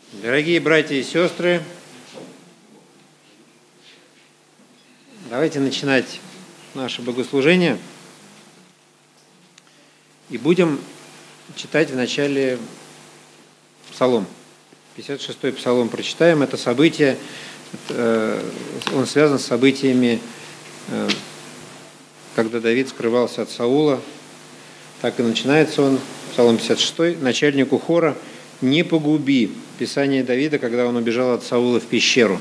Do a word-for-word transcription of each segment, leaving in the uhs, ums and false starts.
Дорогие братья и сестры, давайте начинать наше богослужение. И будем читать вначале псалом. пятьдесят шестой псалом прочитаем. Это событие, он связан с событиями, когда Давид скрывался от Саула. Так и начинается он, псалом пятьдесят шестой, начальнику хора: «Не погуби». Писание Давида, когда он убежал от Саула в пещеру.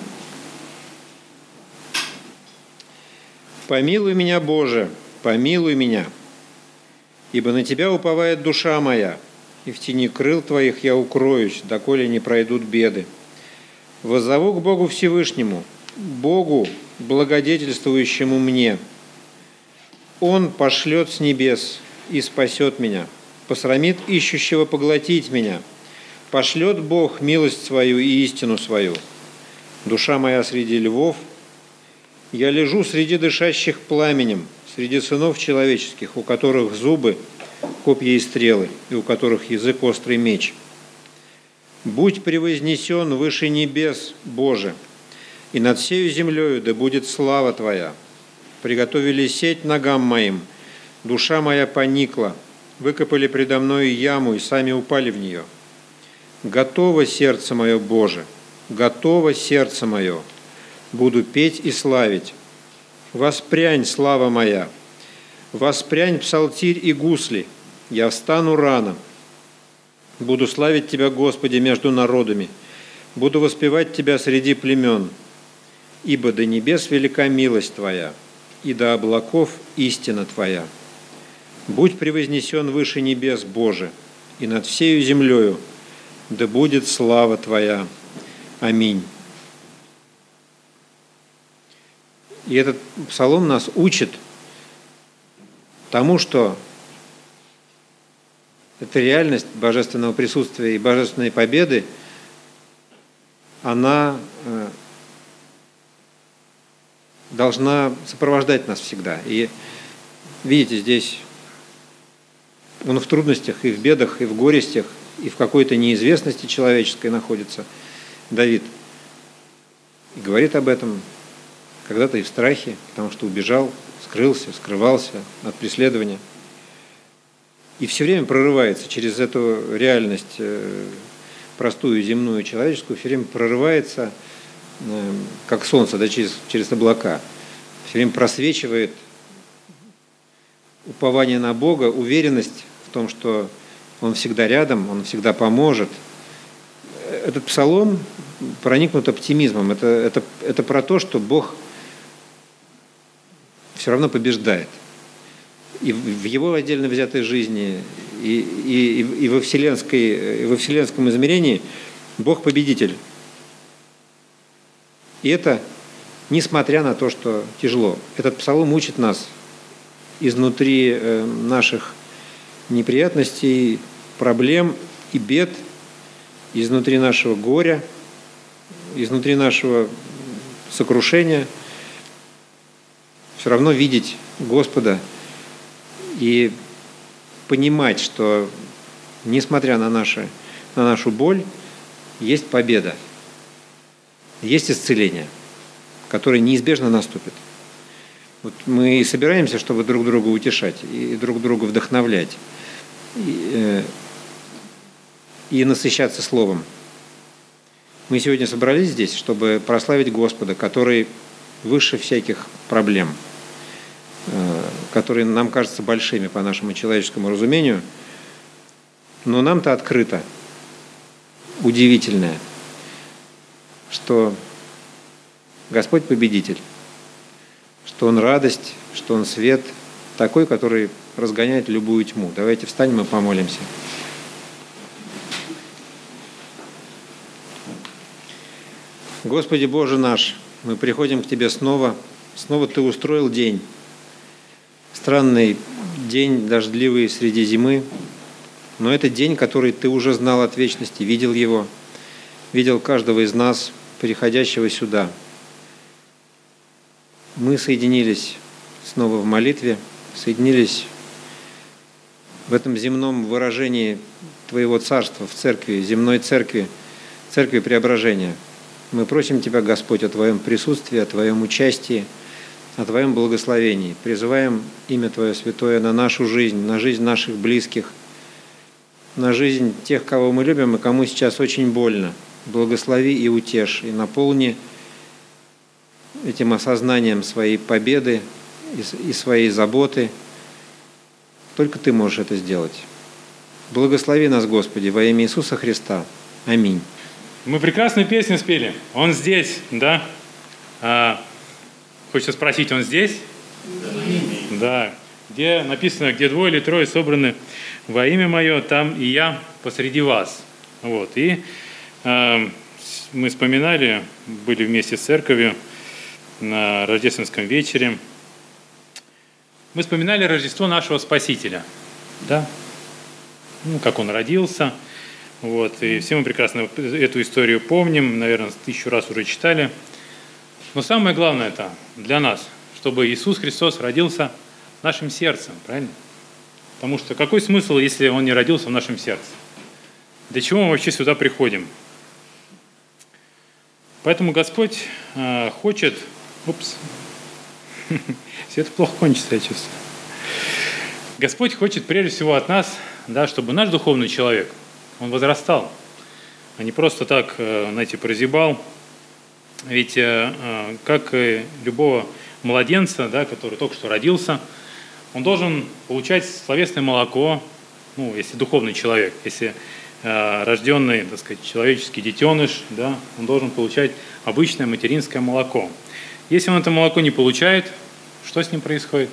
«Помилуй меня, Боже, помилуй меня, ибо на Тебя уповает душа моя, и в тени крыл Твоих я укроюсь, доколе не пройдут беды. Воззову к Богу Всевышнему, Богу, благодетельствующему мне. Он пошлет с небес и спасет меня, посрамит ищущего поглотить меня. Пошлет Бог милость свою и истину свою. Душа моя среди львов, я лежу среди дышащих пламенем, среди сынов человеческих, у которых зубы, копья и стрелы, и у которых язык острый меч. Будь превознесен выше небес, Боже, и над всею землею да будет слава Твоя. Приготовили сеть ногам моим, душа моя поникла, выкопали предо мною яму и сами упали в нее. Готово сердце мое, Боже, готово сердце мое, буду петь и славить. Воспрянь, слава моя, воспрянь псалтирь и гусли, я встану рано. Буду славить Тебя, Господи, между народами, буду воспевать Тебя среди племен, ибо до небес велика милость Твоя, и до облаков истина Твоя. Будь превознесен выше небес, Боже, и над всею землею да будет слава Твоя. Аминь». И этот псалом нас учит тому, что эта реальность божественного присутствия и божественной победы, она должна сопровождать нас всегда. И видите, здесь он в трудностях, и в бедах, и в горестях, и в какой-то неизвестности человеческой находится Давид. И говорит об этом когда-то и в страхе, потому что убежал, скрылся, скрывался от преследования. И все время прорывается через эту реальность, простую, земную, человеческую, все время прорывается, как солнце, да, через, через облака. Все время просвечивает упование на Бога, уверенность в том, что Он всегда рядом, Он всегда поможет. Этот псалом проникнут оптимизмом. Это, это, это про то, что Бог все равно побеждает. И в Его отдельно взятой жизни, и, и, и, во, вселенской, и во вселенском измерении Бог победитель. И это несмотря на то, что тяжело. Этот псалом учит нас изнутри наших неприятностей, проблем и бед, изнутри нашего горя, изнутри нашего сокрушения, все равно видеть Господа и понимать, что несмотря на, наши, на нашу боль, есть победа, есть исцеление, которое неизбежно наступит. Вот мы собираемся, чтобы друг друга утешать и друг друга вдохновлять и, и насыщаться Словом. Мы сегодня собрались здесь, чтобы прославить Господа, который выше всяких проблем, которые нам кажутся большими по нашему человеческому разумению, но нам-то открыто удивительное, что Господь победитель, что Он радость, что Он свет, такой, который разгоняет любую тьму. Давайте встанем и помолимся. Господи Боже наш, мы приходим к Тебе снова. Снова Ты устроил день. Странный день, дождливый среди зимы. Но это день, который Ты уже знал от вечности, видел его, видел каждого из нас, приходящего сюда. Мы соединились снова в молитве, соединились в этом земном выражении Твоего царства, в церкви, земной церкви, Церкви Преображения. Мы просим Тебя, Господь, о Твоем присутствии, о Твоем участии, о Твоем благословении. Призываем имя Твое Святое на нашу жизнь, на жизнь наших близких, на жизнь тех, кого мы любим и кому сейчас очень больно. Благослови и утешь, и наполни этим осознанием своей победы и своей заботы. Только Ты можешь это сделать. Благослови нас, Господи, во имя Иисуса Христа. Аминь. Мы прекрасную песню спели. Он здесь, да? А, хочется спросить, он здесь? Да. Да. Где написано, где двое или трое собраны во имя Мое, там и я посреди вас. Вот. И а, мы вспоминали, были вместе с церковью на рождественском вечере. Мы вспоминали Рождество нашего Спасителя. Да? Ну, как Он родился. Вот, и все мы прекрасно эту историю помним, наверное, тысячу раз уже читали. Но самое главное это для нас, чтобы Иисус Христос родился в нашем сердце, правильно? Потому что какой смысл, если Он не родился в нашем сердце? Для чего мы вообще сюда приходим? Поэтому Господь э, хочет... Упс. Все это плохо кончится, я чувствую. Господь хочет прежде всего от нас, да, чтобы наш духовный человек, он возрастал, а не просто так, знаете, прозябал. Ведь как и любого младенца, да, который только что родился, он должен получать словесное молоко, ну, если духовный человек, если рожденный, так сказать, человеческий детеныш, да, он должен получать обычное материнское молоко. Если он это молоко не получает, что с ним происходит?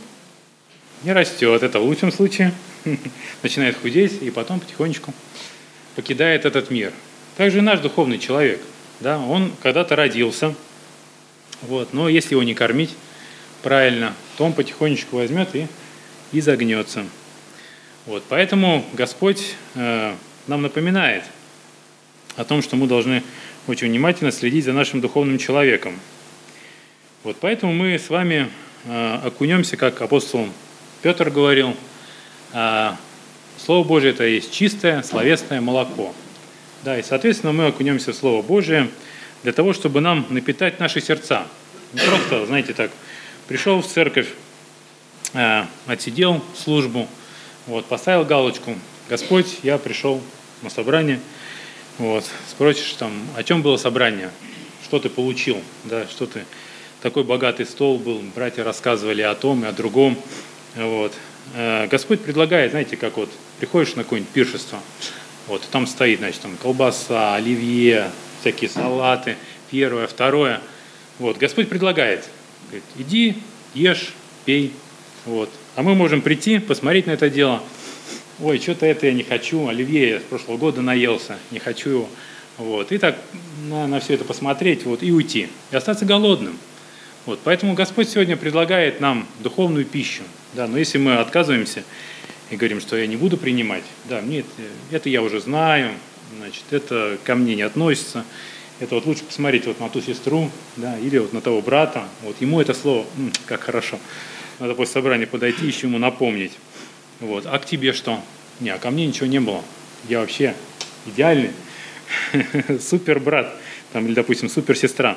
Не растет, это в лучшем случае, начинает худеть и потом потихонечку покидает этот мир. Также и наш духовный человек, да, он когда-то родился, вот, но если его не кормить правильно, то он потихонечку возьмет и, и загнется. Вот, поэтому Господь э, нам напоминает о том, что мы должны очень внимательно следить за нашим духовным человеком. Вот, поэтому мы с вами э, окунемся, как апостол Петр говорил, э, Слово Божие – это есть чистое словесное молоко. Да, и, соответственно, мы окунемся в Слово Божие для того, чтобы нам напитать наши сердца. Не просто, знаете, так, пришел в церковь, э, отсидел службу, вот, поставил галочку: «Господь, я пришел на собрание». Вот, спросишь, там, о чем было собрание, что ты получил, да, что ты... Такой богатый стол был, братья рассказывали о том и о другом. Вот. Господь предлагает, знаете, как вот приходишь на какое-нибудь пиршество, вот, там стоит, значит, там колбаса, оливье, всякие салаты, первое, второе. Вот. Господь предлагает, говорит: иди, ешь, пей. Вот. А мы можем прийти, посмотреть на это дело. Ой, что-то это я не хочу, оливье я с прошлого года наелся, не хочу его. Вот. И так на, на все это посмотреть, вот, и уйти, и остаться голодным. Вот, поэтому Господь сегодня предлагает нам духовную пищу. Да, но если мы отказываемся и говорим, что я не буду принимать, да, мне это, это я уже знаю, значит, это ко мне не относится, это вот лучше посмотреть вот на ту сестру, да, или вот на того брата, вот ему это слово, м, как хорошо, надо после собрания подойти, еще ему напомнить. Вот, а к тебе что? Не, а ко мне ничего не было, я вообще идеальный, супер брат, там, или, допустим, супер сестра.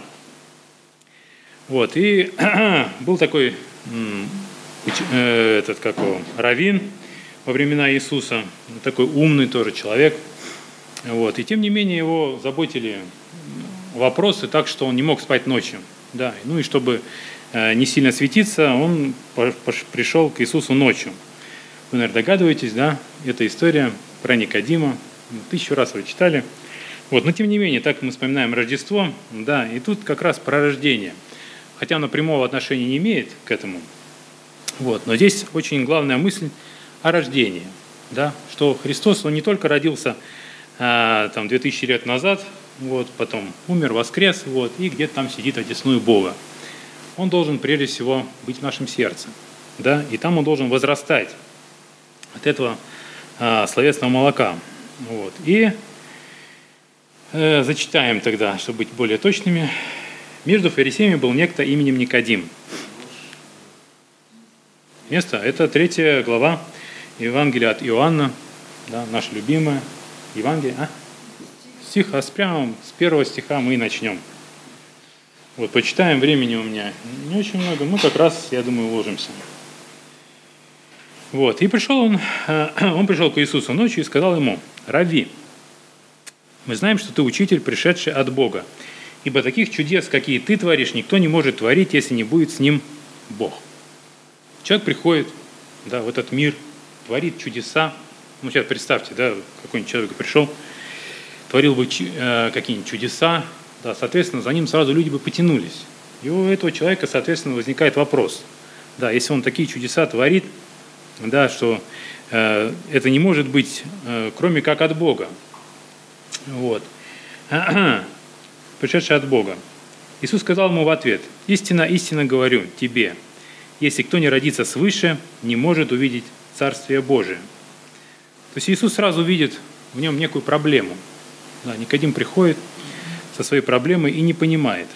Вот, и был такой э, этот, как его, раввин во времена Иисуса, такой умный тоже человек. Вот, и тем не менее его заботили вопросы так, что он не мог спать ночью. Да, ну и чтобы э, не сильно светиться, он пришел к Иисусу ночью. Вы, наверное, догадываетесь, да, это история про Никодима, тысячу раз вы читали. Вот, но тем не менее, так мы вспоминаем Рождество, да, и тут как раз про рождение. Хотя оно прямого отношения не имеет к этому. Вот. Но здесь очень главная мысль о рождении. Да? Что Христос, Он не только родился а, там, две тысячи лет назад, вот, потом умер, воскрес, вот, и где-то там сидит одесную Бога. Он должен прежде всего быть в нашем сердце. Да? И там Он должен возрастать от этого а, словесного молока. Вот. И э, зачитаем тогда, чтобы быть более точными. Между фарисеями был некто именем Никодим. Место – это третья глава Евангелия от Иоанна, да, наша любимая Евангелие. А? стих, а с прямо с первого стиха мы и начнем. Вот, почитаем, времени у меня не очень много, ну как раз, я думаю, уложимся. Вот, и пришел он, он пришел к Иисусу ночью и сказал ему: «Рави, мы знаем, что ты учитель, пришедший от Бога, ибо таких чудес, какие ты творишь, никто не может творить, если не будет с ним Бог». Человек приходит, да, в этот мир, творит чудеса. Ну, сейчас представьте, да, какой-нибудь человек пришел, творил бы э, какие-нибудь чудеса, да, соответственно, за ним сразу люди бы потянулись. И у этого человека, соответственно, возникает вопрос, да, если он такие чудеса творит, да, что э, это не может быть, э, кроме как от Бога. Вот. Пришедший от Бога. Иисус сказал ему в ответ: «Истинно, истинно говорю тебе, если кто не родится свыше, не может увидеть Царствие Божие». То есть Иисус сразу видит в нем некую проблему. Да, Никодим приходит со своей проблемой и не понимает.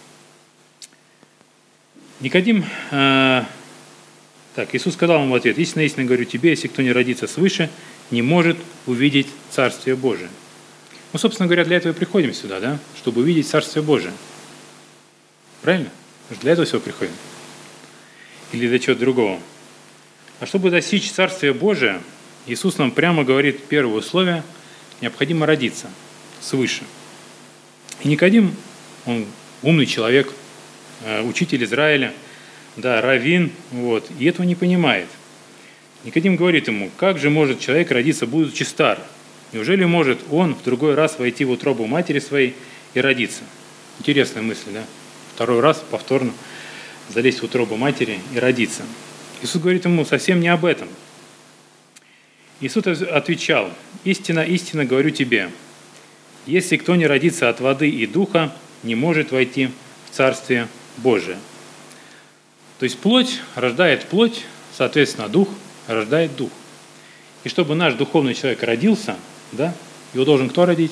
Никодим, э, так, Иисус сказал ему в ответ: «Истинно, истинно говорю тебе, если кто не родится свыше, не может увидеть Царствие Божие». Ну, собственно говоря, для этого и приходим сюда, да, чтобы увидеть Царствие Божие. Правильно? Для этого всего приходим. Или для чего-то другого. А чтобы достичь Царствия Божия, Иисус нам прямо говорит первое условие: необходимо родиться свыше. И Никодим, он умный человек, учитель Израиля, да, раввин, вот, и этого не понимает. Никодим говорит ему: как же может человек родиться, будучи стар? Неужели может он в другой раз войти в утробу матери своей и родиться? Интересная мысль, да? Второй раз повторно залезть в утробу матери и родиться. Иисус говорит ему совсем не об этом. Иисус отвечал: «Истинно, истинно говорю тебе, если кто не родится от воды и духа, не может войти в Царствие Божие». То есть плоть рождает плоть, соответственно, дух рождает дух. И чтобы наш духовный человек родился, да, его должен кто родить?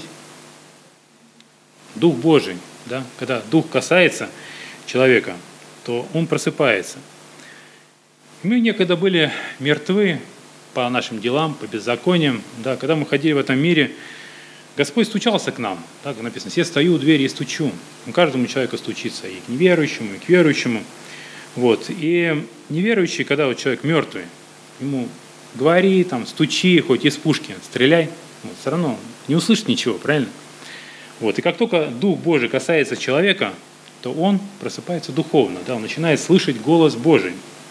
Дух Божий. Да? Когда дух касается человека, то он просыпается. Мы некогда были мертвы по нашим делам, по беззакониям. Да? Когда мы ходили в этом мире, Господь стучался к нам. Так написано: «Я стою у двери и стучу». Он каждому человеку стучится, и к неверующему, и к верующему. Вот. И неверующий, когда вот человек мертвый, ему говори, там, стучи, хоть из пушки стреляй, вот, все равно не услышит ничего, правильно? Вот. И как только Дух Божий касается человека, то он просыпается духовно, да, он начинает слышать голос Божий.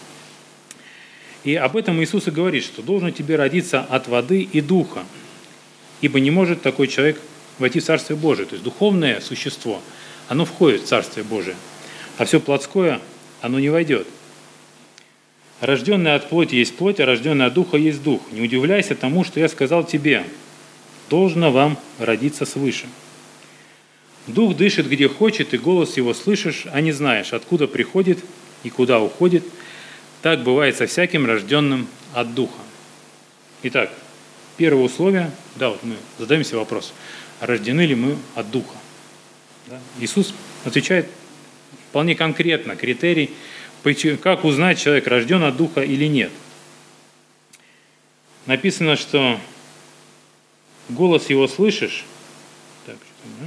И об этом Иисус и говорит, что должен тебе родиться от воды и духа, ибо не может такой человек войти в Царствие Божие. То есть духовное существо, оно входит в Царствие Божие, а все плотское, оно не войдет. Рожденный от плоти есть плоть, а рожденный от духа есть дух. Не удивляйся тому, что я сказал тебе: должно вам родиться свыше. Дух дышит, где хочет, и голос его слышишь, а не знаешь, откуда приходит и куда уходит. Так бывает со всяким рожденным от духа. Итак, первое условие, да, вот мы задаем себе вопрос: рождены ли мы от духа? Да? Иисус отвечает вполне конкретно, критерий, как узнать, человек рожден от духа или нет. Написано, что голос его слышишь, так,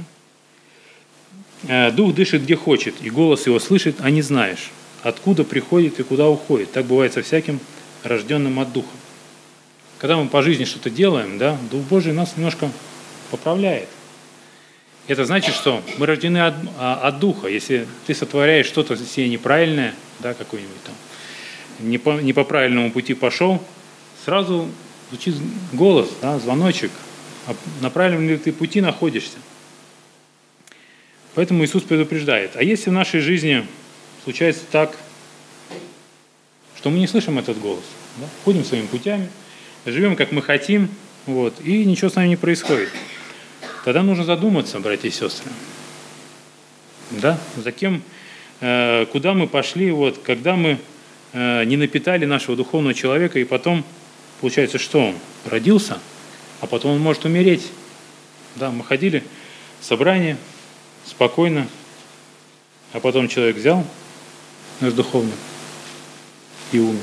да? Дух дышит где хочет, и голос его слышит, а не знаешь, откуда приходит и куда уходит. Так бывает со всяким рожденным от духа. Когда мы по жизни что-то делаем, да, Дух Божий нас немножко поправляет. Это значит, что мы рождены от, от духа. Если ты сотворяешь что-то себе неправильное, да, какой-нибудь там, не по, не по правильному пути пошел, сразу звучит голос, да, звоночек, а на правильном ли ты пути находишься. Поэтому Иисус предупреждает. А если в нашей жизни случается так, что мы не слышим этот голос, да, ходим своими путями, живем как мы хотим, вот, и ничего с нами не происходит, тогда нужно задуматься, братья и сестры, да, за кем, э, куда мы пошли, вот, когда мы э, не напитали нашего духовного человека, и потом, получается, что он родился, а потом он может умереть. Да, мы ходили в собрание спокойно, а потом человек взял наш духовный и умер.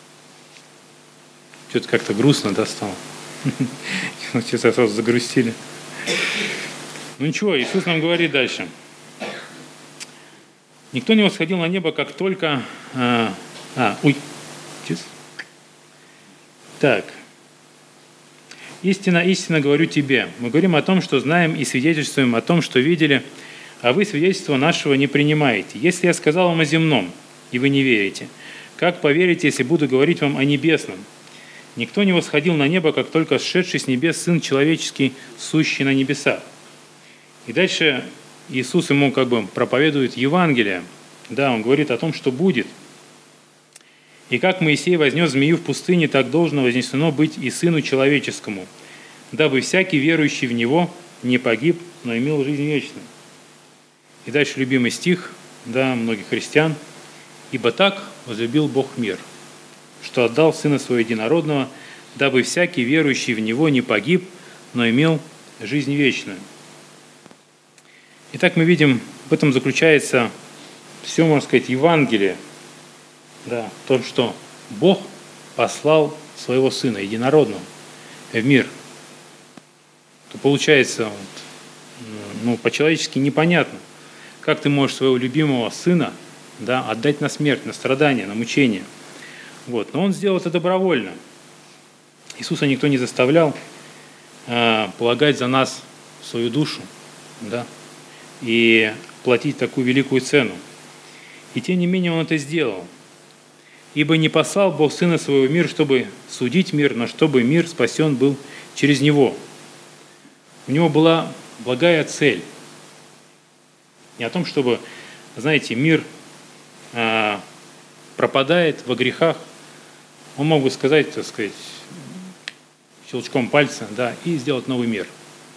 Что-то как-то грустно, да, стало. Сейчас сразу загрустили. Ну ничего, Иисус нам говорит дальше. Никто не восходил на небо, как только... А, а ой, чис. Так. Истинно, истинно говорю тебе. Мы говорим о том, что знаем, и свидетельствуем о том, что видели, а вы свидетельства нашего не принимаете. Если я сказал вам о земном, и вы не верите, как поверите, если буду говорить вам о небесном? Никто не восходил на небо, как только сшедший с небес Сын Человеческий, сущий на небесах. И дальше Иисус ему как бы проповедует Евангелие. Да, он говорит о том, что будет. И как Моисей вознес змею в пустыне, так должно вознесено быть и Сыну Человеческому, дабы всякий верующий в Него не погиб, но имел жизнь вечную. И дальше любимый стих, да, многих христиан. «Ибо так возлюбил Бог мир, что отдал Сына Своего Единородного, дабы всякий верующий в Него не погиб, но имел жизнь вечную». Итак, мы видим, в этом заключается все, можно сказать, Евангелие, да, в том, что Бог послал Своего Сына Единородного в мир. То получается, вот, ну, по-человечески непонятно, как ты можешь своего любимого Сына, да, отдать на смерть, на страдания, на мучения. Вот. Но Он сделал это добровольно. Иисуса никто не заставлял э, полагать за нас свою душу, да, и платить такую великую цену. И тем не менее Он это сделал. «Ибо не послал Бог Сына Своего в мир, чтобы судить мир, но чтобы мир спасен был через Него». У Него была благая цель. Не о том, чтобы, знаете, мир э, пропадает во грехах. Он мог бы сказать, так сказать, щелчком пальца, да, и сделать новый мир.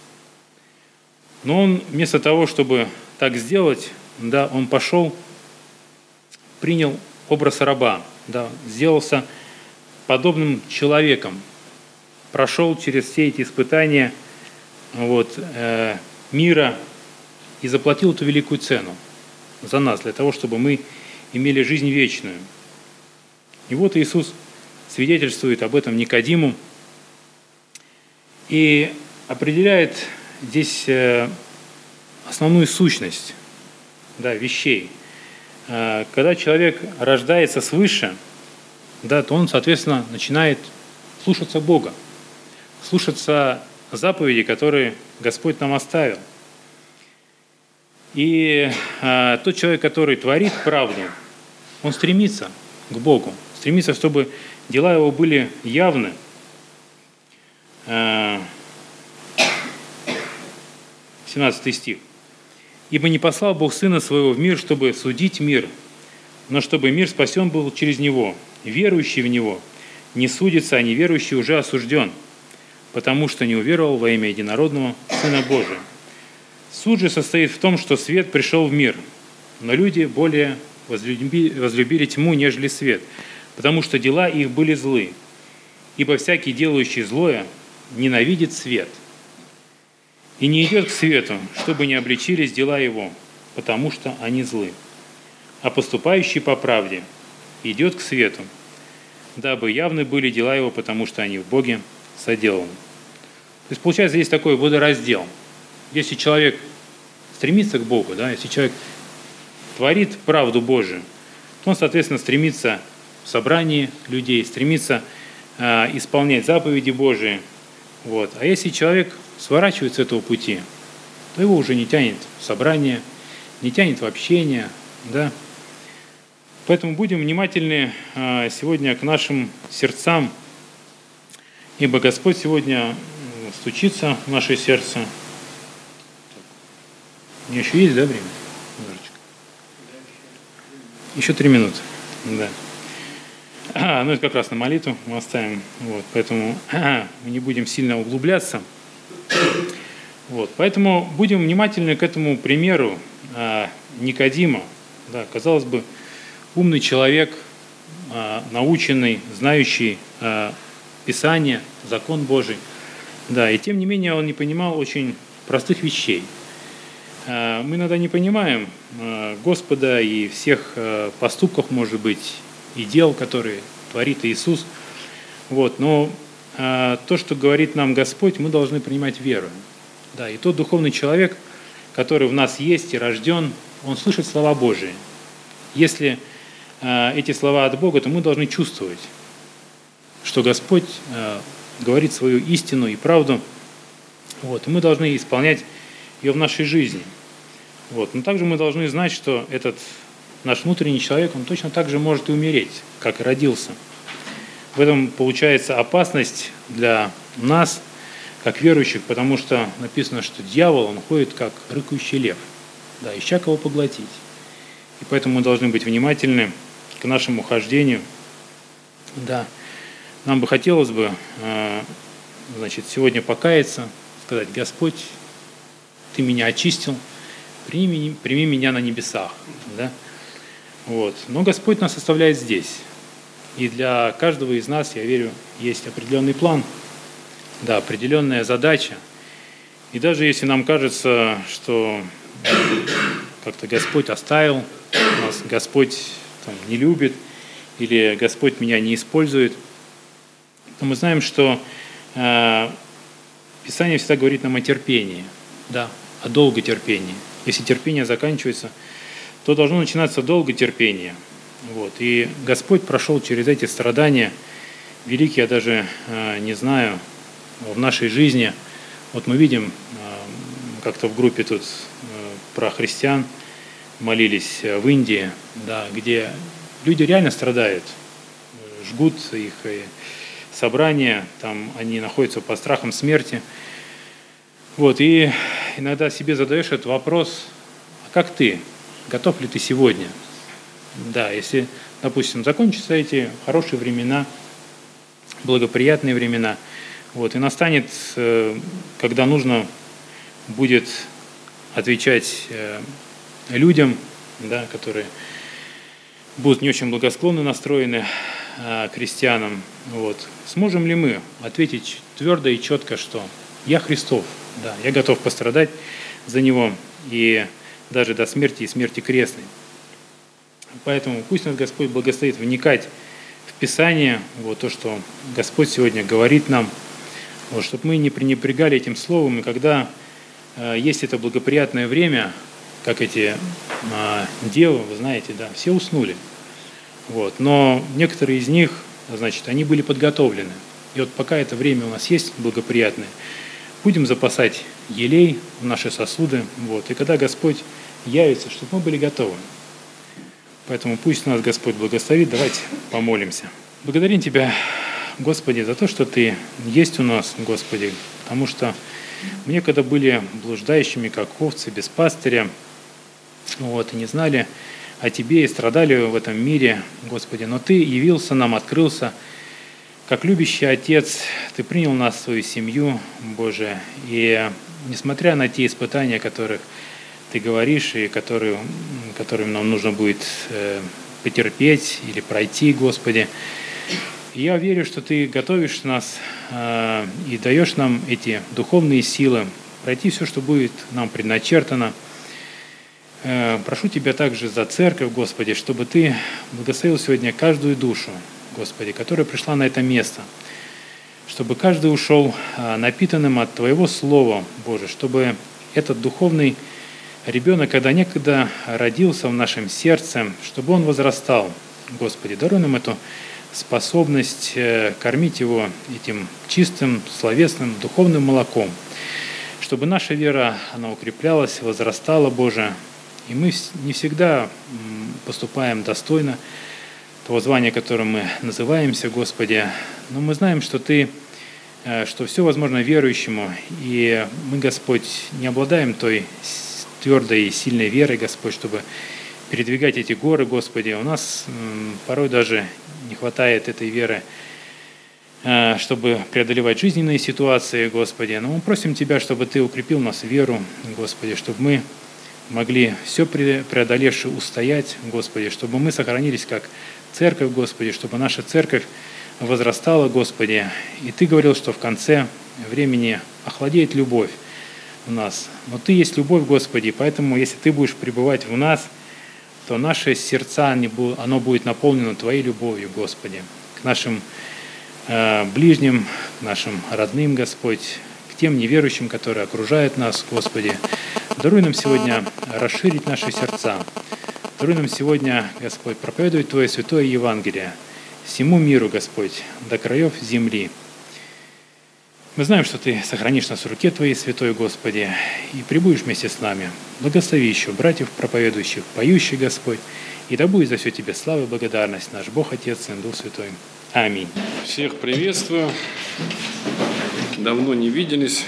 Но он вместо того, чтобы так сделать, да, он пошел, принял образ раба, да, сделался подобным человеком, прошел через все эти испытания вот, э, мира и заплатил эту великую цену за нас, для того, чтобы мы имели жизнь вечную. И вот Иисус свидетельствует об этом Никодиму и определяет здесь основную сущность, да, вещей. Когда человек рождается свыше, да, то он, соответственно, начинает слушаться Бога, слушаться заповедей, которые Господь нам оставил. И э, тот человек, который творит правду, он стремится к Богу, стремится, чтобы дела его были явны. Э, семнадцатый стих. «Ибо не послал Бог Сына Своего в мир, чтобы судить мир, но чтобы мир спасен был через Него. Верующий в Него не судится, а неверующий уже осужден, потому что не уверовал во имя Единородного Сына Божия. Суд же состоит в том, что свет пришел в мир, но люди более возлюбили, возлюбили тьму, нежели свет, потому что дела их были злы. Ибо всякий, делающий злое, ненавидит свет и не идет к свету, чтобы не обличились дела его, потому что они злы. А поступающий по правде идет к свету, дабы явны были дела его, потому что они в Боге соделаны». То есть получается здесь такой водораздел. Если человек стремится к Богу, да, если человек творит правду Божию, то он, соответственно, стремится в собрании людей, стремится э, исполнять заповеди Божии. Вот. А если человек сворачивает с этого пути, то его уже не тянет в собрание, не тянет в общение. Да? Поэтому будем внимательны э, сегодня к нашим сердцам, ибо Господь сегодня стучится в наше сердце. У меня еще есть, да, время? Немножечко. Еще три минуты. Да. А, ну это как раз на молитву мы оставим. Вот, поэтому а, мы не будем сильно углубляться. Вот, поэтому будем внимательны к этому примеру а, Никодима. Да, казалось бы, умный человек, а, наученный, знающий а, Писание, закон Божий. Да, и тем не менее он не понимал очень простых вещей. Мы иногда не понимаем Господа и всех поступков, может быть, и дел, которые творит Иисус. Вот. Но то, что говорит нам Господь, мы должны принимать верою. Да, и тот духовный человек, который в нас есть и рожден, он слышит слова Божии. Если э, эти слова от Бога, то мы должны чувствовать, что Господь э, говорит свою истину и правду, вот, и мы должны исполнять ее в нашей жизни. Вот. Но также мы должны знать, что этот наш внутренний человек, он точно так же может и умереть, как и родился. В этом получается опасность для нас, как верующих, потому что написано, что дьявол, он ходит как рыкающий лев, да, ища кого поглотить. И поэтому мы должны быть внимательны к нашему хождению. Да. Нам бы хотелось бы, значит, сегодня покаяться, сказать: Господь, Ты меня очистил, прими, прими меня на небесах. Да? Вот. Но Господь нас оставляет здесь. И для каждого из нас, я верю, есть определенный план, да, определенная задача. И даже если нам кажется, что как-то Господь оставил нас, Господь там не любит, или Господь меня не использует, то мы знаем, что э, Писание всегда говорит нам о терпении, да, о долготерпении. Если терпение заканчивается, то должно начинаться долготерпение. Вот. И Господь прошел через эти страдания великие, я даже э, не знаю, в нашей жизни. Вот мы видим, э, как-то в группе тут э, про христиан молились в Индии, да, где люди реально страдают, жгут их собрания, там они находятся под страхом смерти. Вот, и иногда себе задаешь этот вопрос: а как ты? Готов ли ты сегодня? Да, если, допустим, закончатся эти хорошие времена, благоприятные времена, вот, и настанет, когда нужно будет отвечать людям, да, которые будут не очень благосклонно настроены к христианам, вот, сможем ли мы ответить твердо и четко, что я Христов, да, я готов пострадать за Него и даже до смерти и смерти крестной. Поэтому пусть нас Господь благословит вникать в Писание, вот то, что Господь сегодня говорит нам, вот, чтобы мы не пренебрегали этим словом, и когда э, есть это благоприятное время, как эти э, девы, вы знаете, да, все уснули. Вот, но некоторые из них, значит, они были подготовлены. И вот пока это время у нас есть благоприятное, будем запасать елей в наши сосуды, вот, и когда Господь явится, чтобы мы были готовы. Поэтому пусть нас Господь благословит. Давайте помолимся. Благодарим Тебя, Господи, за то, что Ты есть у нас, Господи, потому что мы некогда были блуждающими, как овцы, без пастыря, вот, и не знали о Тебе, и страдали в этом мире, Господи. Но Ты явился нам, открылся, как любящий Отец. Ты принял нас в свою семью, Боже, и несмотря на те испытания, о которых Ты говоришь, и которые, которым нам нужно будет э, потерпеть или пройти, Господи, я верю, что Ты готовишь нас э, и даешь нам эти духовные силы пройти все, что будет нам предначертано. Э, прошу Тебя также за церковь, Господи, чтобы Ты благословил сегодня каждую душу, Господи, которая пришла на это место, чтобы каждый ушел э, напитанным от Твоего Слова, Боже, чтобы этот духовный ребенок, когда некогда родился в нашем сердце, чтобы он возрастал. Господи, даруй нам эту способность кормить его этим чистым, словесным, духовным молоком, чтобы наша вера, она укреплялась, возрастала, Боже, и мы не всегда поступаем достойно того звания, которым мы называемся, Господи, но мы знаем, что Ты, что все возможно верующему, и мы, Господь, не обладаем той твердой и сильной верой, Господь, чтобы передвигать эти горы, Господи. У нас порой даже не хватает этой веры, чтобы преодолевать жизненные ситуации, Господи. Но мы просим Тебя, чтобы Ты укрепил нас веру, Господи, чтобы мы могли все преодолевши устоять, Господи, чтобы мы сохранились как церковь, Господи, чтобы наша церковь возрастала, Господи. И Ты говорил, что в конце времени охладеет любовь в нас. Но Ты есть любовь, Господи, поэтому, если Ты будешь пребывать в нас, то наши сердца, оно будет наполнено Твоей любовью, Господи, к нашим э, ближним, к нашим родным, Господь, к тем неверующим, которые окружают нас, Господи. Даруй нам сегодня расширить наши сердца. Даруй нам сегодня, Господь, проповедовать Твое святое Евангелие всему миру, Господь, до краев земли. Мы знаем, что Ты сохранишь нас в руке Твоей, Святой Господи, и пребудешь вместе с нами. Благослови еще братьев проповедующих, поющих, Господь, и да будет за все Тебе слава и благодарность, наш Бог, Отец, Сын, Дух Святой. Аминь. Всех приветствую. Давно не виделись.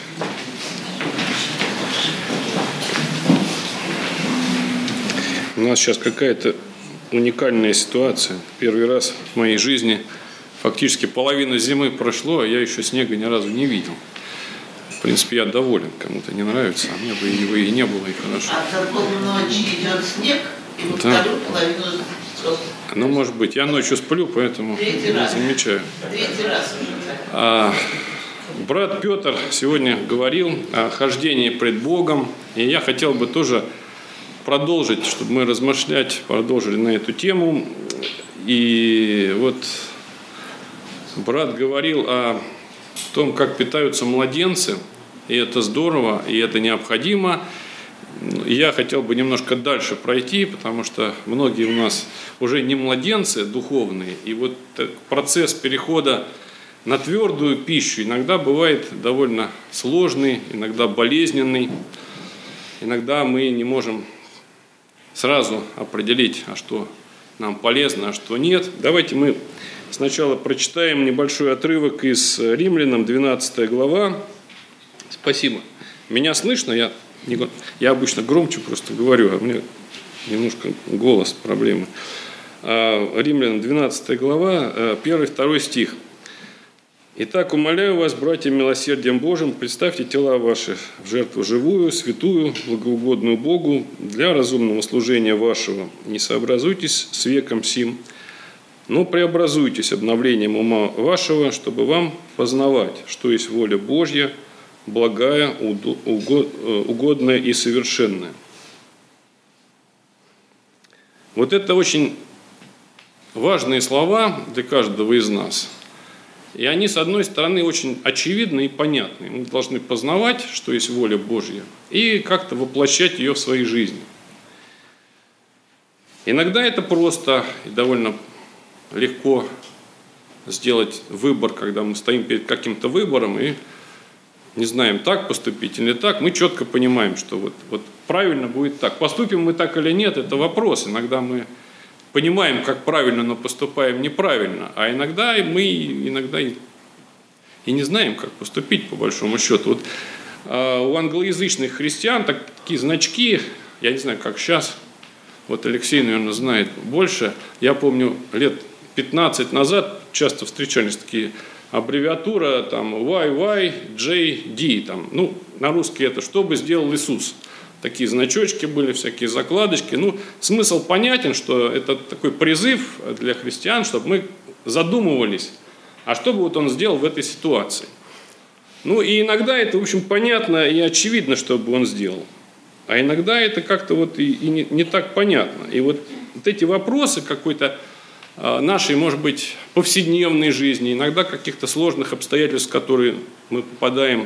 У нас сейчас какая-то уникальная ситуация. Первый раз в моей жизни фактически половина зимы прошло, а я еще снега ни разу не видел. В принципе, я доволен. Кому-то не нравится, а мне бы его и не было, и хорошо. А за полночи идет снег, и во Да. вторую половину... Ну, может быть. Я ночью сплю, поэтому Третий не раз. замечаю. Третий раз уже. А, брат Петр сегодня говорил о хождении пред Богом, и я хотел бы тоже продолжить, чтобы мы размышлять, продолжили на эту тему. И вот брат говорил о том, как питаются младенцы, и это здорово, и это необходимо. Я хотел бы немножко дальше пройти, потому что многие у нас уже не младенцы духовные, и вот процесс перехода на твердую пищу иногда бывает довольно сложный, иногда болезненный, иногда мы не можем сразу определить, а что нам полезно, а что нет. Давайте мы сначала прочитаем небольшой отрывок из Римлянам, двенадцатая глава. Спасибо. Меня слышно? Я, не, я обычно громче просто говорю, а у меня немножко голос проблемы. Римлянам, двенадцатая глава, первый-второй стих. «Итак, умоляю вас, братья, милосердием Божьим, представьте тела ваши в жертву живую, святую, благоугодную Богу, для разумного служения вашего. Не сообразуйтесь с веком сим, но преобразуйтесь обновлением ума вашего, чтобы вам познавать, что есть воля Божья, благая, угодная и совершенная». Вот это очень важные слова для каждого из нас. И они, с одной стороны, очень очевидны и понятны. Мы должны познавать, что есть воля Божья, и как-то воплощать ее в своей жизни. Иногда это просто и довольно легко сделать выбор, когда мы стоим перед каким-то выбором и не знаем, так поступить или так. Мы четко понимаем, что вот, вот правильно будет так. Поступим мы так или нет, это вопрос. Иногда мы понимаем, как правильно, но поступаем неправильно. А иногда мы иногда и, и не знаем, как поступить, по большому счету. Вот, а, у англоязычных христиан так, такие значки, я не знаю, как сейчас, вот Алексей, наверное, знает больше. Я помню, лет пятнадцать назад часто встречались такие аббревиатура, там, уай уай джей ди, там, ну, на русский это «Что бы сделал Иисус?». Такие значочки были, всякие закладочки. Ну, смысл понятен, что это такой призыв для христиан, чтобы мы задумывались, а что бы вот он сделал в этой ситуации. Ну, и иногда это, в общем, понятно и очевидно, что бы он сделал. А иногда это как-то вот и, и не, не так понятно. И вот, вот эти вопросы какой-то э, нашей, может быть, повседневной жизни, иногда каких-то сложных обстоятельств, в которые мы попадаем,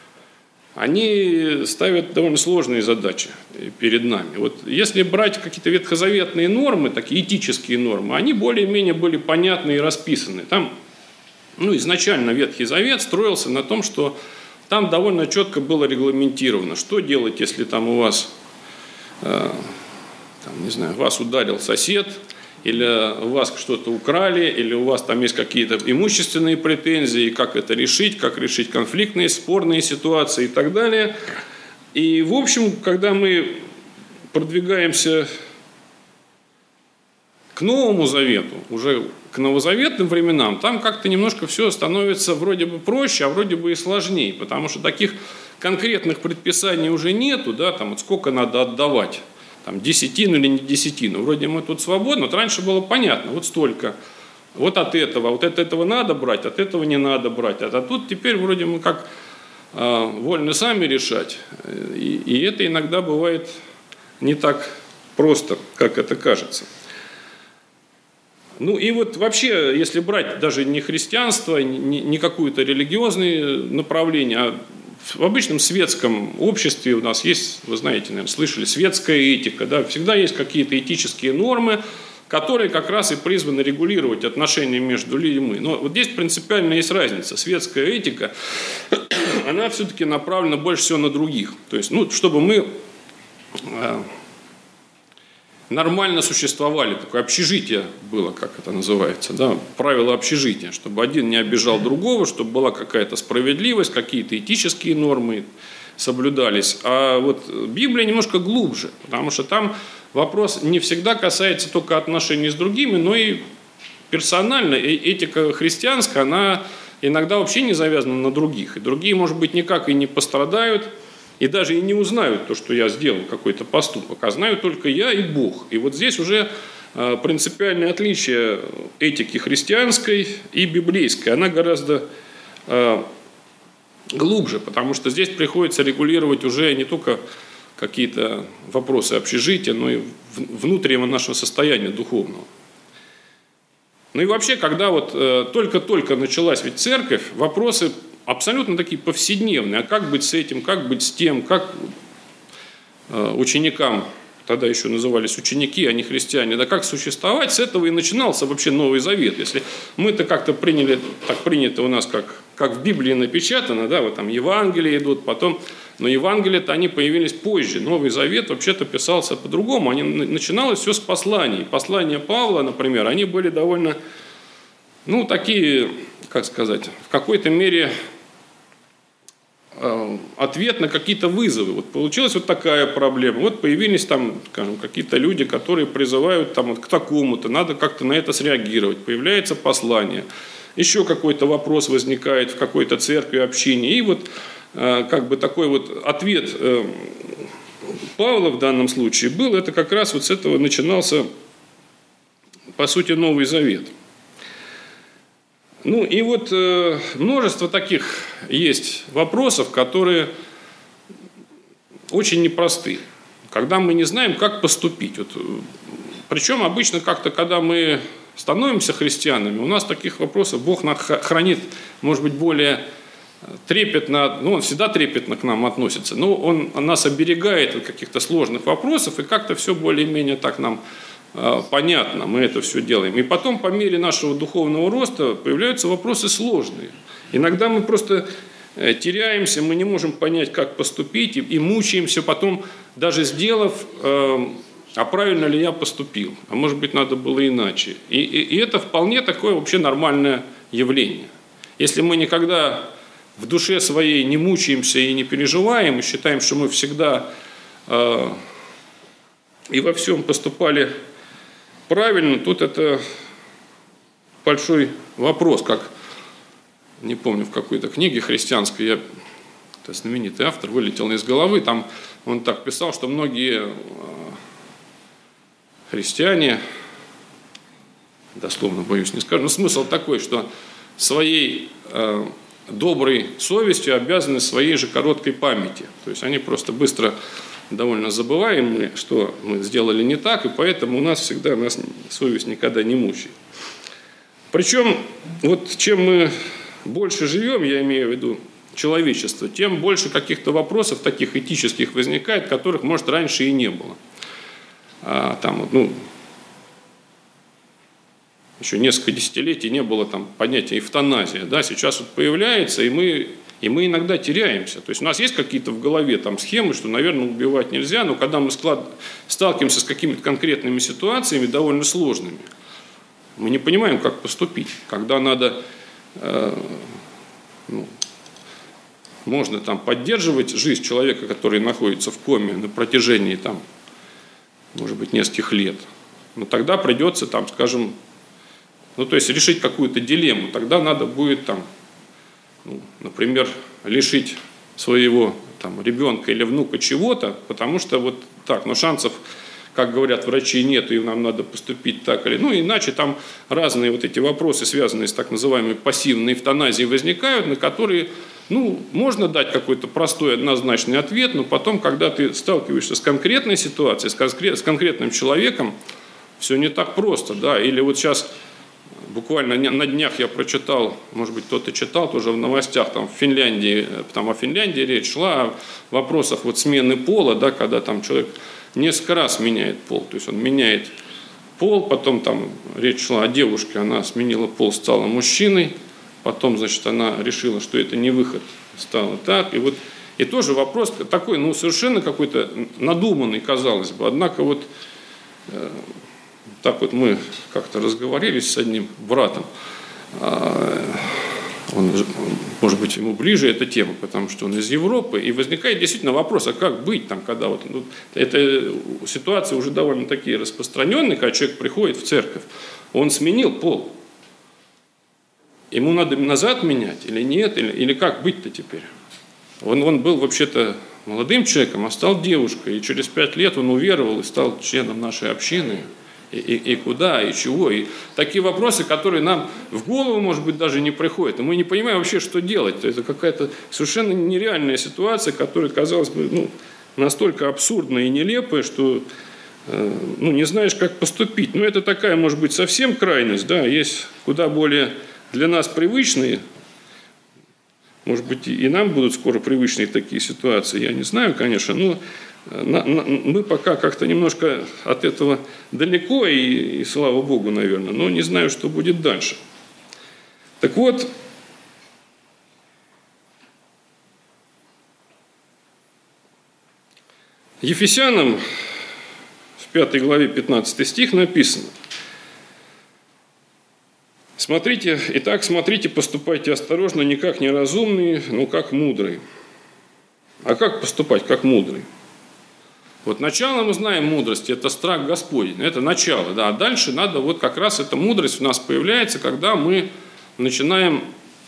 они ставят довольно сложные задачи перед нами. Вот если брать какие-то ветхозаветные нормы, такие этические нормы, они более-менее были понятны и расписаны. Там, ну, изначально Ветхий Завет строился на том, что там довольно четко было регламентировано, что делать, если там у вас, э, там, не знаю, вас ударил сосед, или у вас что-то украли, или у вас там есть какие-то имущественные претензии, как это решить, как решить конфликтные, спорные ситуации и так далее. И, в общем, когда мы продвигаемся к Новому Завету, уже к новозаветным временам, там как-то немножко все становится вроде бы проще, а вроде бы и сложнее, потому что таких конкретных предписаний уже нету, да, там вот сколько надо отдавать. Там, десятину или не десятину. Вроде мы тут свободны, вот раньше было понятно, вот столько. Вот от этого, вот от этого надо брать, от этого не надо брать. А тут теперь вроде мы как э, вольны сами решать. И, и это иногда бывает не так просто, как это кажется. Ну и вот вообще, если брать даже не христианство, не, не какое-то религиозное направление, а в обычном светском обществе у нас есть, вы знаете, наверное, слышали, светская этика, да, всегда есть какие-то этические нормы, которые как раз и призваны регулировать отношения между людьми. Но вот здесь принципиально есть разница. Светская этика, она все-таки направлена больше всего на других. То есть, ну, чтобы мы э, нормально существовали, такое общежитие было, как это называется, да, правила общежития, чтобы один не обижал другого, чтобы была какая-то справедливость, какие-то этические нормы соблюдались. А вот Библия немножко глубже, потому что там вопрос не всегда касается только отношений с другими, но и персонально. Этика христианская, она иногда вообще не завязана на других. И другие, может быть, никак и не пострадают, и даже и не узнают то, что я сделал, какой-то поступок, а знаю только я и Бог. И вот здесь уже принципиальное отличие этики христианской и библейской. Она гораздо глубже, потому что здесь приходится регулировать уже не только какие-то вопросы общежития, но и внутреннего нашего состояния духовного. Ну и вообще, когда вот э, только-только началась ведь церковь, вопросы абсолютно такие повседневные. А как быть с этим, как быть с тем, как э, ученикам, тогда еще назывались ученики, а не христиане, да как существовать, с этого и начинался вообще Новый Завет. Если мы-то как-то приняли, так принято у нас, как, как в Библии напечатано, да, вот там Евангелия идут, потом, но Евангелия-то они появились позже. Новый Завет вообще-то писался по-другому. Они, начиналось все с посланий. Послания Павла, например, они были довольно, ну, такие, как сказать, в какой-то мере э, ответ на какие-то вызовы. Вот получилась вот такая проблема. Вот появились там, скажем, какие-то люди, которые призывают там, вот, к такому-то, надо как-то на это среагировать. Появляется послание. Еще какой-то вопрос возникает в какой-то церкви, общине. И вот как бы такой вот ответ Павла в данном случае был, это как раз вот с этого начинался, по сути, Новый Завет. Ну и вот множество таких есть вопросов, которые очень непросты, когда мы не знаем, как поступить. Вот, причем обычно как-то, когда мы становимся христианами, у нас таких вопросов Бог нас хранит, может быть, более трепетно, ну, он всегда трепетно к нам относится, но он нас оберегает от каких-то сложных вопросов, и как-то все более-менее так нам э, понятно, мы это все делаем. И потом, по мере нашего духовного роста, появляются вопросы сложные. Иногда мы просто э, теряемся, мы не можем понять, как поступить, и, и мучаемся потом, даже сделав, э, а правильно ли я поступил, а может быть, надо было иначе. И, и, и это вполне такое вообще нормальное явление. Если мы никогда в душе своей не мучаемся и не переживаем, и считаем, что мы всегда э, и во всем поступали правильно, тут это большой вопрос, как, не помню, в какой-то книге христианской, я, это знаменитый автор, вылетел из головы, там он так писал, что многие э, христиане, дословно боюсь не скажу, но смысл такой, что своей э, доброй совестью обязаны своей же короткой памяти. То есть они просто быстро довольно забываем, что мы сделали не так, и поэтому у нас всегда нас совесть никогда не мучает. Причем, вот чем мы больше живем, я имею в виду человечество, тем больше каких-то вопросов таких этических возникает, которых, может, раньше и не было. А, там, ну, еще несколько десятилетий не было там понятия эвтаназия, да, сейчас вот появляется, и мы, и мы иногда теряемся. То есть у нас есть какие-то в голове там схемы, что, наверное, убивать нельзя, но когда мы склад... сталкиваемся с какими-то конкретными ситуациями, довольно сложными, мы не понимаем, как поступить. Когда надо, э, ну, можно там поддерживать жизнь человека, который находится в коме на протяжении там, может быть, нескольких лет, но тогда придется там, скажем, ну, то есть решить какую-то дилемму. Тогда надо будет, там, ну, например, лишить своего там, ребенка или внука чего-то, потому что вот так, но шансов, как говорят врачи, нет, и нам надо поступить так или... Ну, иначе там разные вот эти вопросы, связанные с так называемой пассивной эвтаназией, возникают, на которые, ну, можно дать какой-то простой однозначный ответ, но потом, когда ты сталкиваешься с конкретной ситуацией, с конкретным человеком, все не так просто, да, или вот сейчас буквально на днях я прочитал, может быть, кто-то читал тоже в новостях, там в Финляндии, там о Финляндии речь шла, о вопросах вот смены пола, да, когда там человек несколько раз меняет пол, то есть он меняет пол, потом там речь шла о девушке, она сменила пол, стала мужчиной, потом, значит, она решила, что это не выход, стало так, и вот, и тоже вопрос такой, ну, совершенно какой-то надуманный, казалось бы, однако вот э, так вот мы как-то разговорились с одним братом, он, может быть, ему ближе эта тема, потому что он из Европы, и возникает действительно вопрос, а как быть там, когда вот, ну, эта ситуация уже довольно такие распространенные, когда человек приходит в церковь, он сменил пол, ему надо назад менять или нет, или, или как быть-то теперь? Он, он был вообще-то молодым человеком, а стал девушкой, и через пять лет он уверовал и стал членом нашей общины. И, и, и куда, и чего. И такие вопросы, которые нам в голову, может быть, даже не приходят. И мы не понимаем вообще, что делать. Это какая-то совершенно нереальная ситуация, которая, казалось бы, ну, настолько абсурдная и нелепая, что э, ну, не знаешь, как поступить. Но это такая, может быть, совсем крайность. Да? Есть куда более для нас привычные. Может быть, и нам будут скоро привычные такие ситуации. Я не знаю, конечно, но мы пока как-то немножко от этого далеко, и, и слава Богу, наверное, но не знаю, что будет дальше. Так вот, Ефесянам в пятой главе пятнадцатый стих написано: «Смотрите, итак, смотрите, поступайте осторожно, не как неразумные, но как мудрые». А как поступать, как мудрые? Вот начало мы знаем мудрости, это страх Господень, это начало, да, а дальше надо, вот как раз эта мудрость у нас появляется, когда мы начинаем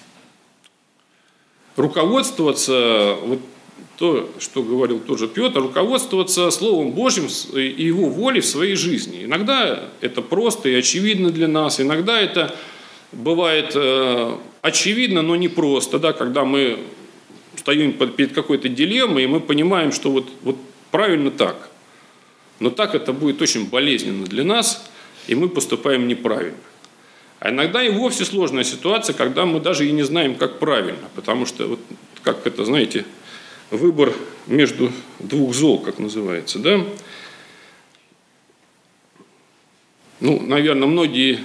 руководствоваться, вот то, что говорил тоже Петр, руководствоваться Словом Божьим и Его волей в своей жизни. Иногда это просто и очевидно для нас, иногда это бывает э, очевидно, но не просто, да, когда мы стоим перед какой-то дилеммой, и мы понимаем, что вот, вот правильно так. Но так это будет очень болезненно для нас, и мы поступаем неправильно. А иногда и вовсе сложная ситуация, когда мы даже и не знаем, как правильно. Потому что, вот, как это, знаете, выбор между двух зол, как называется, да? Ну, наверное, многие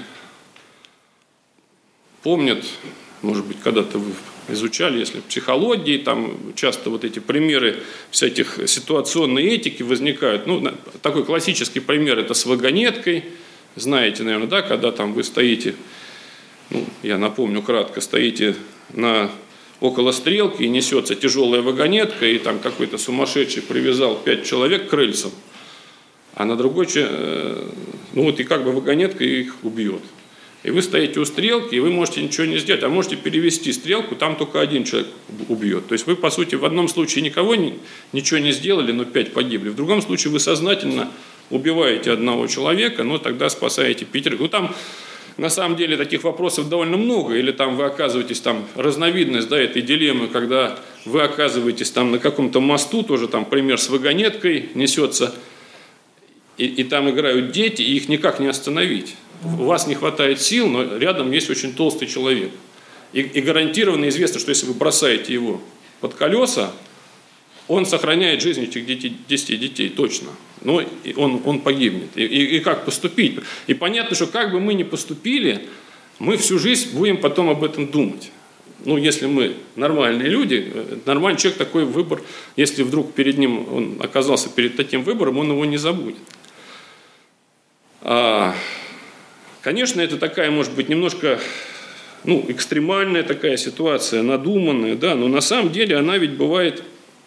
помнят, может быть, когда-то вы изучали, если в психологии, там часто вот эти примеры всяких ситуационной этики возникают. Ну, такой классический пример – это с вагонеткой. Знаете, наверное, да, когда там вы стоите, ну, я напомню кратко, стоите на, около стрелки, и несется тяжелая вагонетка, и там какой-то сумасшедший привязал пять человек к рельсам, а на другой, ну вот и как бы вагонетка их убьет. И вы стоите у стрелки, и вы можете ничего не сделать, а можете перевести стрелку, там только один человек убьет. То есть вы, по сути, в одном случае никого не, ничего не сделали, но пять погибли. В другом случае вы сознательно убиваете одного человека, но тогда спасаете пятерых. Ну там на самом деле таких вопросов довольно много. Или там вы оказываетесь, там разновидность, да, этой дилеммы, когда вы оказываетесь там на каком-то мосту, тоже там пример с вагонеткой несется, и, и там играют дети, и их никак не остановить. У вас не хватает сил, но рядом есть очень толстый человек. И, и гарантированно известно, что если вы бросаете его под колеса, он сохраняет жизнь этих детей, десяти детей, точно. Но он, он погибнет. И, и, и как поступить? И понятно, что как бы мы ни поступили, мы всю жизнь будем потом об этом думать. Ну, если мы нормальные люди, нормальный человек такой выбор, если вдруг перед ним он оказался перед таким выбором, он его не забудет. А, конечно, это такая, может быть, немножко, ну, экстремальная такая ситуация, надуманная, да, но на самом деле она ведь бывает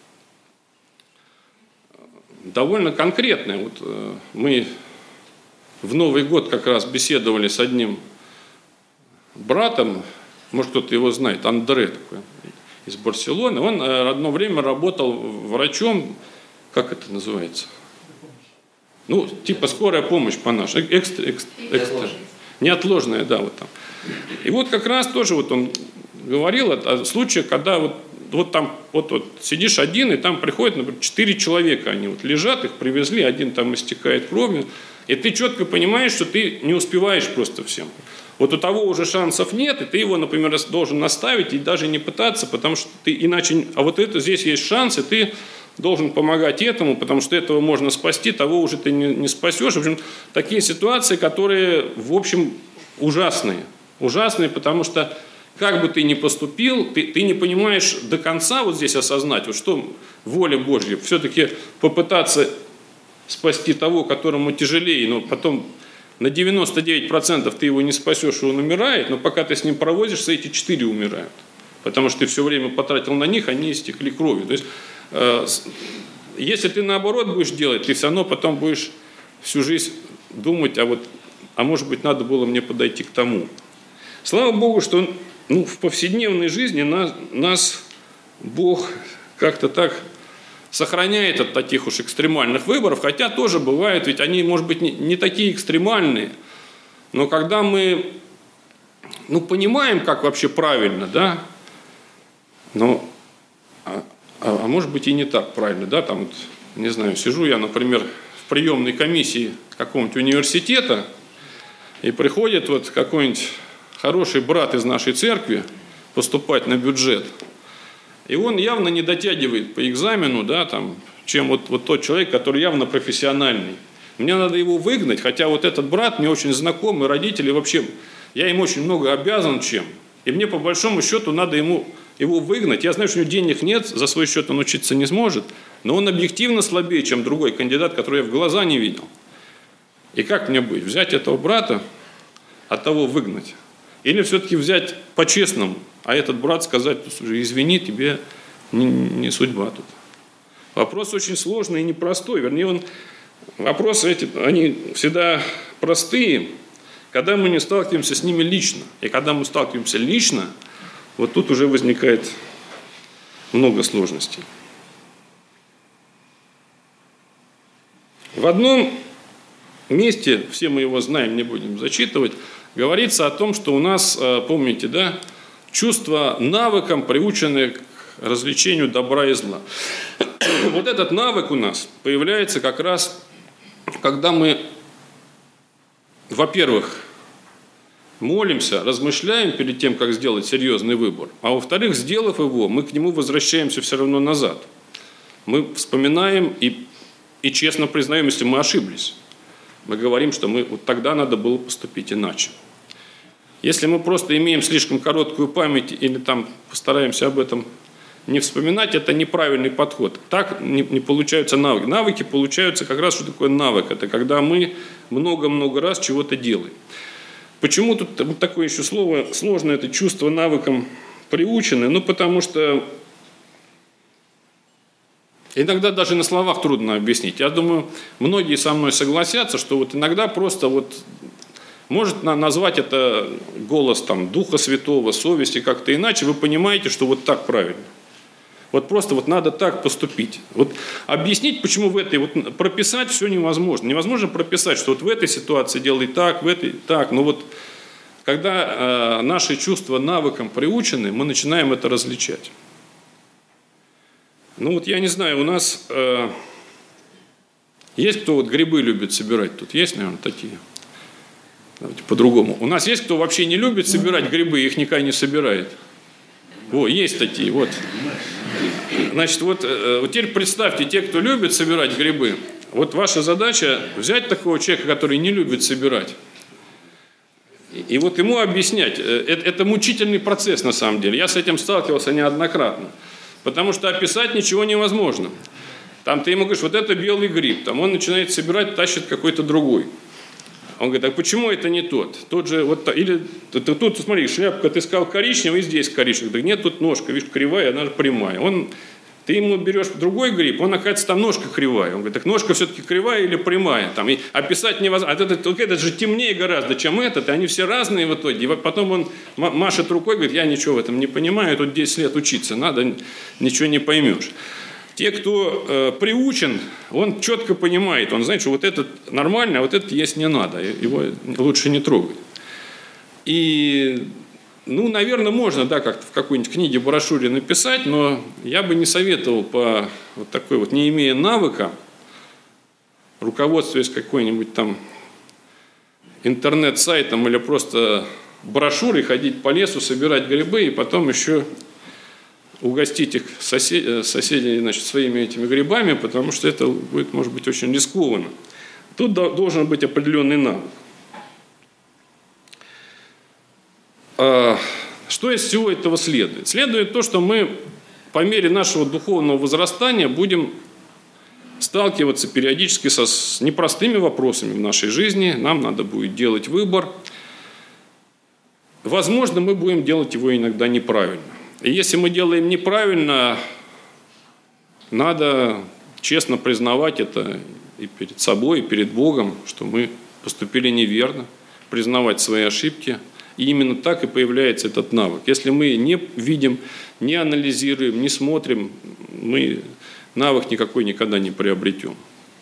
довольно конкретная. Вот э, мы в Новый год как раз беседовали с одним братом, может, кто-то его знает, Андре такой, из Барселоны. Он э, одно время работал врачом, как это называется? Ну, типа скорая помощь по-нашему, экстра, экстра, экстра, неотложная, да, вот там. И вот как раз тоже вот он говорил о, о случаях, когда вот, вот там вот, вот сидишь один, и там приходят, например, четыре человека, они вот лежат, их привезли, один там истекает кровью, и ты четко понимаешь, что ты не успеваешь просто всем. Вот у того уже шансов нет, и ты его, например, должен наставить и даже не пытаться, потому что ты иначе... А вот это здесь есть шанс, и ты должен помогать этому, потому что этого можно спасти, того уже ты не, не спасешь. В общем, такие ситуации, которые, в общем, ужасные. Ужасные, потому что как бы ты ни поступил, ты, ты не понимаешь до конца вот здесь осознать, вот что воля Божья. Все-таки попытаться спасти того, которому тяжелее, но потом на девяносто девять процентов ты его не спасешь, и он умирает, но пока ты с ним провозишься, эти четыре умирают. Потому что ты все время потратил на них, они истекли кровью. То есть, э, если ты наоборот будешь делать, ты все равно потом будешь всю жизнь думать, а вот, а может быть, надо было мне подойти к тому. Слава Богу, что ну, в повседневной жизни нас, нас Бог как-то так сохраняет от таких уж экстремальных выборов, хотя тоже бывают, ведь они, может быть, не, не такие экстремальные, но когда мы ну, понимаем, как вообще правильно, да, но, а, а, а может быть и не так правильно, да, там, вот, не знаю, сижу я, например, в приемной комиссии какого-нибудь университета, и приходит вот какой-нибудь хороший брат из нашей церкви поступать на бюджет, и он явно не дотягивает по экзамену, да, там, чем вот, вот тот человек, который явно профессиональный. Мне надо его выгнать, хотя вот этот брат мне очень знакомый, родители вообще, я им очень много обязан чем. И мне по большому счету надо ему, его выгнать. Я знаю, что у него денег нет, за свой счет он учиться не сможет, но он объективно слабее, чем другой кандидат, который я в глаза не видел. И как мне быть? Взять этого брата, от того выгнать? Или все-таки взять по-честному, а этот брат сказать, извини, тебе не, не судьба тут. Вопрос очень сложный и непростой. Вернее, он, вопросы эти, они всегда простые, когда мы не сталкиваемся с ними лично. И когда мы сталкиваемся лично, вот тут уже возникает много сложностей. В одном месте, все мы его знаем, не будем зачитывать, говорится о том, что у нас, помните, да, чувство навыком, приученное к развлечению добра и зла. Вот этот навык у нас появляется как раз, когда мы, во-первых, молимся, размышляем перед тем, как сделать серьезный выбор, а во-вторых, сделав его, мы к нему возвращаемся все равно назад. Мы вспоминаем и, и честно признаем, если мы ошиблись. Мы говорим, что мы, вот тогда надо было поступить иначе. Если мы просто имеем слишком короткую память или там постараемся об этом не вспоминать, это неправильный подход. Так не, не получаются навыки. Навыки получаются как раз, что такое навык. Это когда мы много-много раз чего-то делаем. Почему тут вот такое еще слово сложное, это чувство навыком приучены? Ну, потому что иногда даже на словах трудно объяснить. Я думаю, многие со мной согласятся, что вот иногда просто вот может назвать это голос там, Духа Святого, совести как-то иначе, вы понимаете, что вот так правильно. Вот просто вот надо так поступить. Вот объяснить, почему в этой, вот прописать все невозможно. Невозможно прописать, что вот в этой ситуации делай так, в этой так. Но вот когда э, наши чувства навыком приучены, мы начинаем это различать. Ну вот я не знаю, у нас э, есть кто вот грибы любит собирать? Тут есть, наверное, такие? Давайте по-другому. У нас есть кто вообще не любит собирать грибы, их никогда не собирает? О, есть такие, вот. Значит, вот, вот теперь представьте, те, кто любит собирать грибы, вот ваша задача взять такого человека, который не любит собирать, и, и вот ему объяснять. Это, это мучительный процесс на самом деле. Я с этим сталкивался неоднократно. Потому что описать ничего невозможно. Там ты ему говоришь, вот это белый гриб, там он начинает собирать, тащит какой-то другой. Он говорит, а почему это не тот? Тот же, вот, или тут, тут, смотри, шляпка, ты сказал коричневый, и здесь коричневый. Да нет, тут ножка, видишь, кривая, она же прямая. Он, ты ему берешь другой гриб, он, оказывается, там ножка кривая. Он говорит, так ножка все-таки кривая или прямая? Там, и описать невозможно. А этот, этот же темнее гораздо, чем этот, и они все разные в итоге. И потом он машет рукой, говорит, я ничего в этом не понимаю, тут десять лет учиться надо, ничего не поймешь. Те, кто э, приучен, он четко понимает, он знает, что вот этот нормально, а вот этот есть не надо, его лучше не трогать. И, ну, наверное, можно, да, как-то в какой-нибудь книге, брошюре написать, но я бы не советовал по вот такой вот, не имея навыка, руководствуясь какой-нибудь там интернет-сайтом или просто брошюрой ходить по лесу, собирать грибы и потом еще угостить их сосед, соседей, значит, своими этими грибами, потому что это будет, может быть, очень рискованно. Тут должен быть определенный навык. Что из всего этого следует? Следует то, что мы по мере нашего духовного возрастания будем сталкиваться периодически со, с непростыми вопросами в нашей жизни. Нам надо будет делать выбор. Возможно, мы будем делать его иногда неправильно. И если мы делаем неправильно, надо честно признавать это и перед собой, и перед Богом, что мы поступили неверно, признавать свои ошибки. И именно так и появляется этот навык. Если мы не видим, не анализируем, не смотрим, мы навык никакой никогда не приобретем.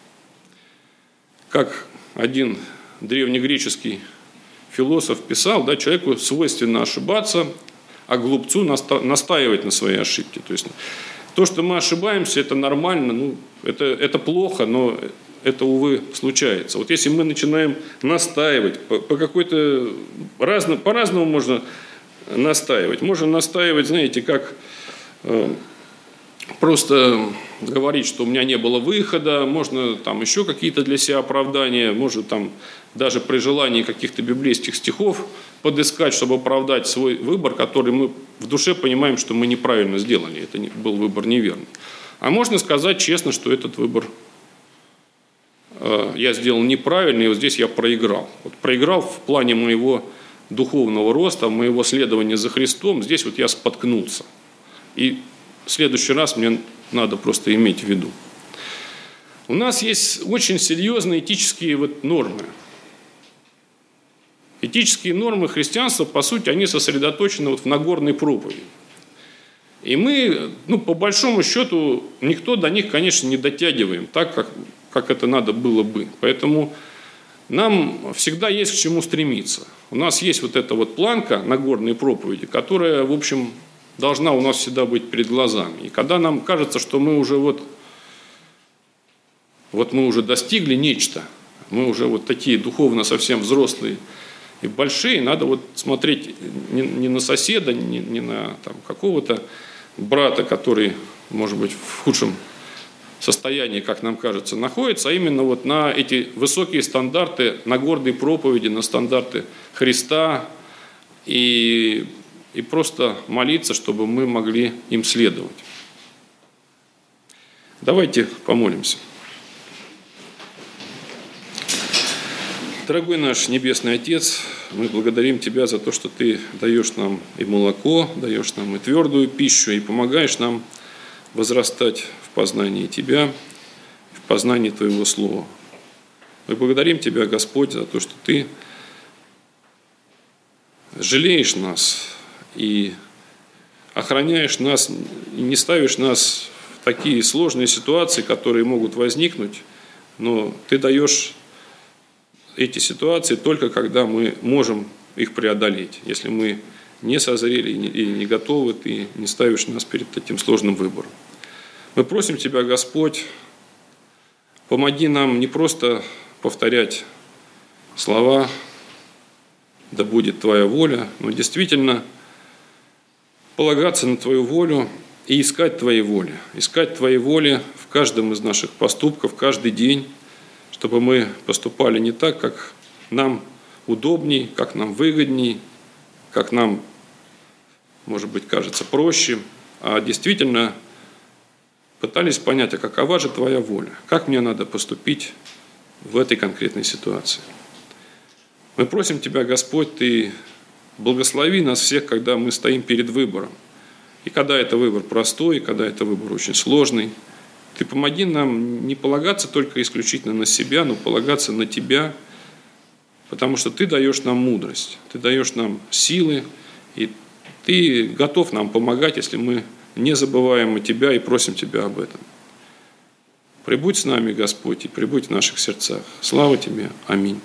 Как один древнегреческий философ писал, да, человеку свойственно ошибаться, а глупцу настаивать на своей ошибке. То есть то, что мы ошибаемся, это нормально, ну, это, это плохо, но это, увы, случается. Вот если мы начинаем настаивать, по, по какой-то разно, по-разному можно настаивать. Можно настаивать, знаете, как э, просто говорить, что у меня не было выхода, можно там еще какие-то для себя оправдания, можно там даже при желании каких-то библейских стихов подыскать, чтобы оправдать свой выбор, который мы в душе понимаем, что мы неправильно сделали, это был выбор неверный. А можно сказать честно, что этот выбор э, я сделал неправильно, и вот здесь я проиграл. Вот проиграл в плане моего духовного роста, моего следования за Христом, здесь вот я споткнулся. И в следующий раз мне надо просто иметь в виду. У нас есть очень серьезные этические вот нормы. Этические нормы христианства, по сути, они сосредоточены вот в Нагорной проповеди. И мы, ну, по большому счету, никто до них, конечно, не дотягиваем так, как, как это надо было бы. Поэтому нам всегда есть к чему стремиться. У нас есть вот эта вот планка Нагорной проповеди, которая, в общем, должна у нас всегда быть перед глазами. И когда нам кажется, что мы уже вот, вот мы уже достигли нечто, мы уже вот такие духовно совсем взрослые и большие, надо вот смотреть не, не на соседа, не, не на там, какого-то брата, который, может быть, в худшем состоянии, как нам кажется, находится, а именно вот на эти высокие стандарты Нагорной проповеди, на стандарты Христа, и, и просто молиться, чтобы мы могли им следовать. Давайте помолимся. Дорогой наш Небесный Отец, мы благодарим Тебя за то, что Ты даешь нам и молоко, даешь нам и твердую пищу, и помогаешь нам возрастать в познании Тебя, в познании Твоего Слова. Мы благодарим Тебя, Господь, за то, что Ты жалеешь нас и охраняешь нас, и не ставишь нас в такие сложные ситуации, которые могут возникнуть, но Ты даешь эти ситуации только когда мы можем их преодолеть. Если мы не созрели и не готовы, Ты не ставишь нас перед этим сложным выбором. Мы просим Тебя, Господь, помоги нам не просто повторять слова «да будет Твоя воля», но действительно полагаться на Твою волю и искать Твоей воли. Искать Твоей воли в каждом из наших поступков, каждый день, чтобы мы поступали не так, как нам удобней, как нам выгодней, как нам, может быть, кажется проще, а действительно пытались понять, а какова же Твоя воля, как мне надо поступить в этой конкретной ситуации. Мы просим Тебя, Господь, Ты благослови нас всех, когда мы стоим перед выбором. И когда это выбор простой, и когда это выбор очень сложный. Ты помоги нам не полагаться только исключительно на себя, но полагаться на Тебя, потому что Ты даешь нам мудрость, Ты даешь нам силы, и Ты готов нам помогать, если мы не забываем о Тебя и просим Тебя об этом. Прибудь с нами, Господь, и прибудь в наших сердцах. Слава Тебе. Аминь.